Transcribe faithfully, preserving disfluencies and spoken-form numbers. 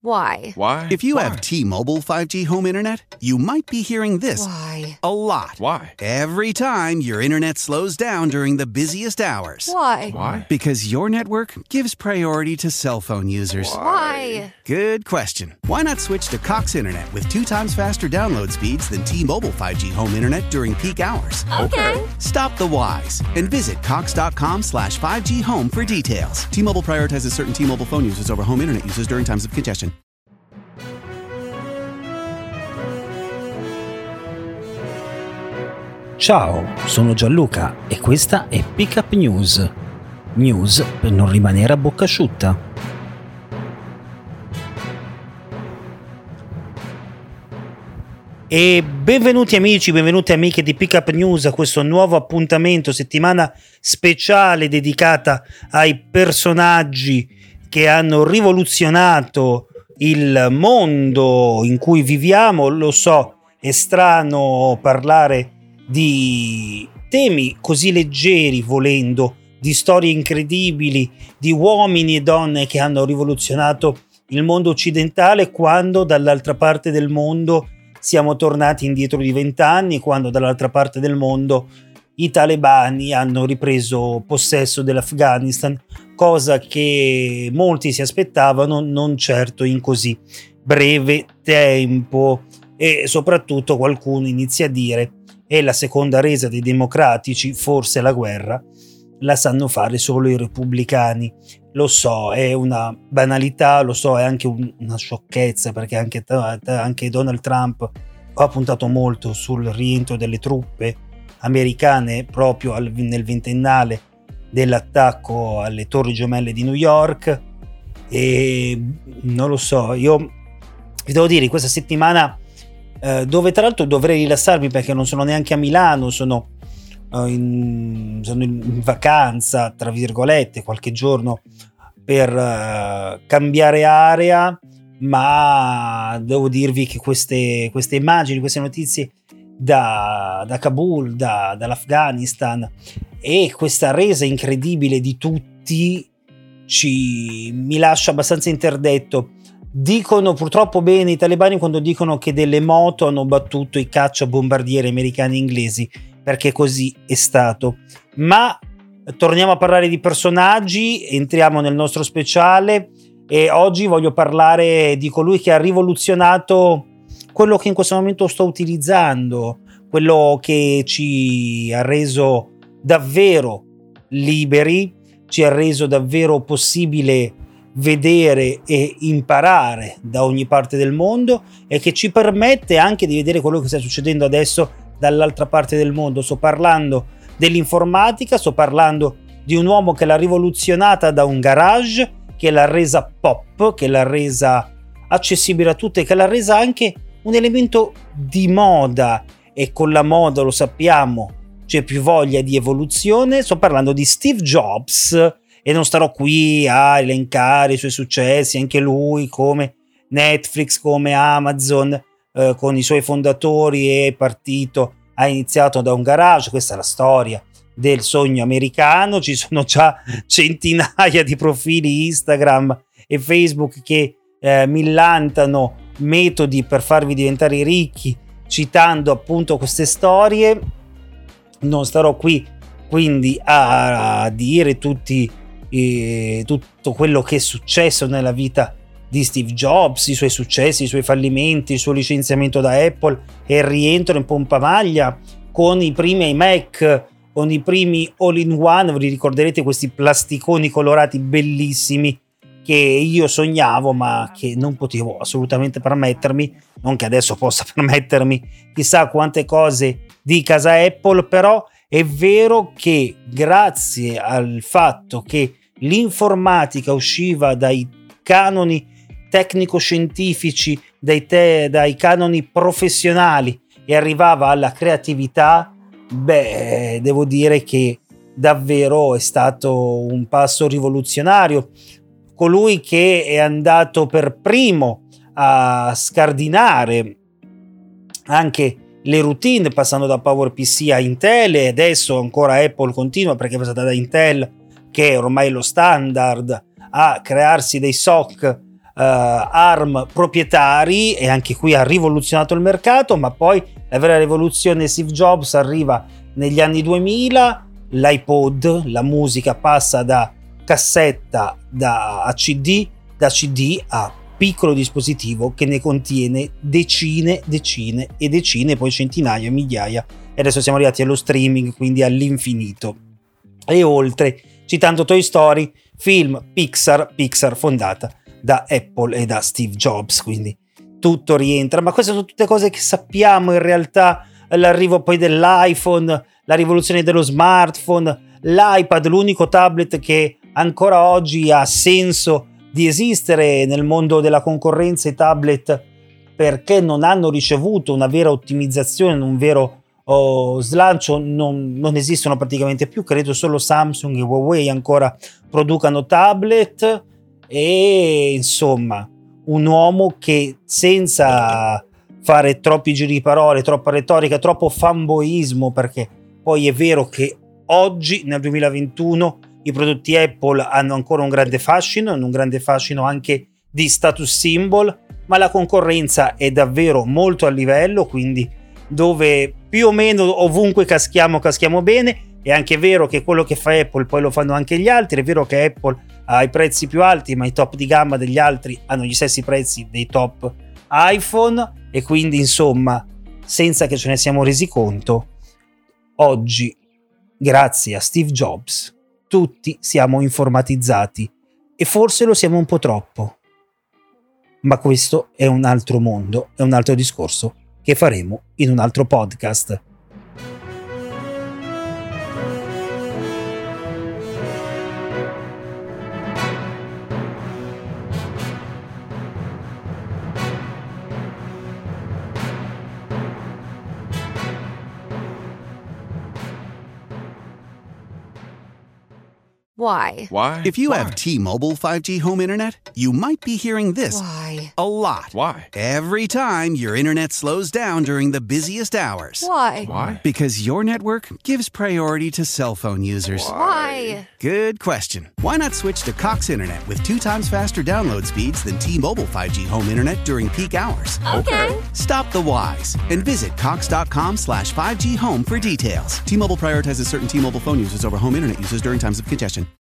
Why? Why? If you Why? have T-Mobile five G home internet, you might be hearing this Why? a lot. Why? Every time your internet slows down during the busiest hours. Why? Why? Because your network gives priority to cell phone users. Why? Good question. Why not switch to Cox Internet with two times faster download speeds than T-Mobile five G home internet during peak hours? Okay. Stop the whys and visit cox.com slash 5G home for details. T-Mobile prioritizes certain T-Mobile phone users over home internet users during times of congestion. Ciao, sono Gianluca e questa è Pick Up News. News per non rimanere a bocca asciutta. E benvenuti amici, benvenute amiche di Pick Up News a questo nuovo appuntamento, settimana speciale dedicata ai personaggi che hanno rivoluzionato il mondo in cui viviamo. Lo so, è strano parlare di temi così leggeri, volendo, di storie incredibili, di uomini e donne che hanno rivoluzionato il mondo occidentale, quando dall'altra parte del mondo siamo tornati indietro di vent'anni, quando dall'altra parte del mondo i talebani hanno ripreso possesso dell'Afghanistan, cosa che molti si aspettavano, non certo in così breve tempo, e soprattutto qualcuno inizia a dire: è la seconda resa dei democratici, forse la guerra la sanno fare solo i repubblicani. Lo so, è una banalità, lo so, è anche un, una sciocchezza, perché anche, anche Donald Trump ha puntato molto sul rientro delle truppe americane proprio al, nel ventennale dell'attacco alle Torri Gemelle di New York. E non lo so, io vi devo dire, questa settimana eh, dove tra l'altro dovrei rilassarmi perché non sono neanche a Milano, sono, eh, in, sono in vacanza tra virgolette qualche giorno per uh, cambiare area, ma devo dirvi che queste, queste immagini, queste notizie da, da Kabul, da, dall'Afghanistan, e questa resa incredibile di tutti ci, mi lascia abbastanza interdetto. Dicono purtroppo bene i talebani quando dicono che delle moto hanno battuto i cacciabombardieri americani e inglesi, perché così è stato. Ma torniamo a parlare di personaggi, entriamo nel nostro speciale e oggi voglio parlare di colui che ha rivoluzionato quello che in questo momento sto utilizzando, quello che ci ha reso davvero liberi, ci ha reso davvero possibile vedere e imparare da ogni parte del mondo, e che ci permette anche di vedere quello che sta succedendo adesso dall'altra parte del mondo. Sto parlando dell'informatica, sto parlando di un uomo che l'ha rivoluzionata da un garage, che l'ha resa pop, che l'ha resa accessibile a tutti, che l'ha resa anche un elemento di moda, e con la moda, lo sappiamo, c'è più voglia di evoluzione. Sto parlando di Steve Jobs e non starò qui a elencare i suoi successi, anche lui come Netflix, come Amazon, eh, con i suoi fondatori è partito, ha iniziato da un garage. Questa è la storia del sogno americano. Ci sono già centinaia di profili Instagram e Facebook che eh, millantano metodi per farvi diventare ricchi, citando appunto queste storie. Non starò qui quindi a, a dire tutti, eh, tutto quello che è successo nella vita di Steve Jobs, i suoi successi, i suoi fallimenti, il suo licenziamento da Apple e il rientro in pompa maglia con i primi iMac, con i primi all-in-one. Vi ricorderete questi plasticoni colorati bellissimi che io sognavo ma che non potevo assolutamente permettermi, non che adesso possa permettermi chissà quante cose di casa Apple. Però è vero che grazie al fatto che l'informatica usciva dai canoni tecnico-scientifici, dai, te- dai canoni professionali e arrivava alla creatività, beh, devo dire che davvero è stato un passo rivoluzionario. Colui che è andato per primo a scardinare anche le routine, passando da PowerPC a Intel, e adesso ancora Apple continua, perché è passata da Intel, che è ormai lo standard, a crearsi dei S O C ARM proprietari, e anche qui ha rivoluzionato il mercato, ma poi la vera rivoluzione Steve Jobs arriva negli anni duemila, l'iPod, la musica passa da cassetta da a C D, da C D a piccolo dispositivo che ne contiene decine, decine e decine, poi centinaia, migliaia, e adesso siamo arrivati allo streaming, quindi all'infinito e oltre, citando Toy Story, film Pixar, Pixar fondata da Apple e da Steve Jobs, quindi tutto rientra. Ma queste sono tutte cose che sappiamo. In realtà l'arrivo poi dell'iPhone, la rivoluzione dello smartphone, l'iPad, l'unico tablet che ancora oggi ha senso di esistere nel mondo della concorrenza, i tablet, perché non hanno ricevuto una vera ottimizzazione, un vero oh, slancio, non, non esistono praticamente più. Credo solo Samsung e Huawei ancora producano tablet. E insomma, un uomo che, senza fare troppi giri di parole, troppa retorica, troppo fanboismo, perché poi è vero che oggi nel duemilaventuno i prodotti Apple hanno ancora un grande fascino, un grande fascino anche di status symbol, ma la concorrenza è davvero molto a livello, quindi dove più o meno ovunque caschiamo caschiamo bene. È anche vero che quello che fa Apple poi lo fanno anche gli altri. È vero che Apple ha i prezzi più alti, ma i top di gamma degli altri hanno gli stessi prezzi dei top iPhone, e quindi insomma, senza che ce ne siamo resi conto, oggi, grazie a Steve Jobs, tutti siamo informatizzati, e forse lo siamo un po' troppo. Ma questo è un altro mondo, è un altro discorso che faremo in un altro podcast. Why? Why? If you Why? have T-Mobile five G home internet, you might be hearing this Why? a lot. Why? Every time your internet slows down during the busiest hours. Why? Why? Because your network gives priority to cell phone users. Why? Good question. Why not switch to Cox Internet with two times faster download speeds than T-Mobile five G home internet during peak hours? Okay. Stop the whys and visit cox.com slash 5G home for details. T-Mobile prioritizes certain T-Mobile phone users over home internet users during times of congestion.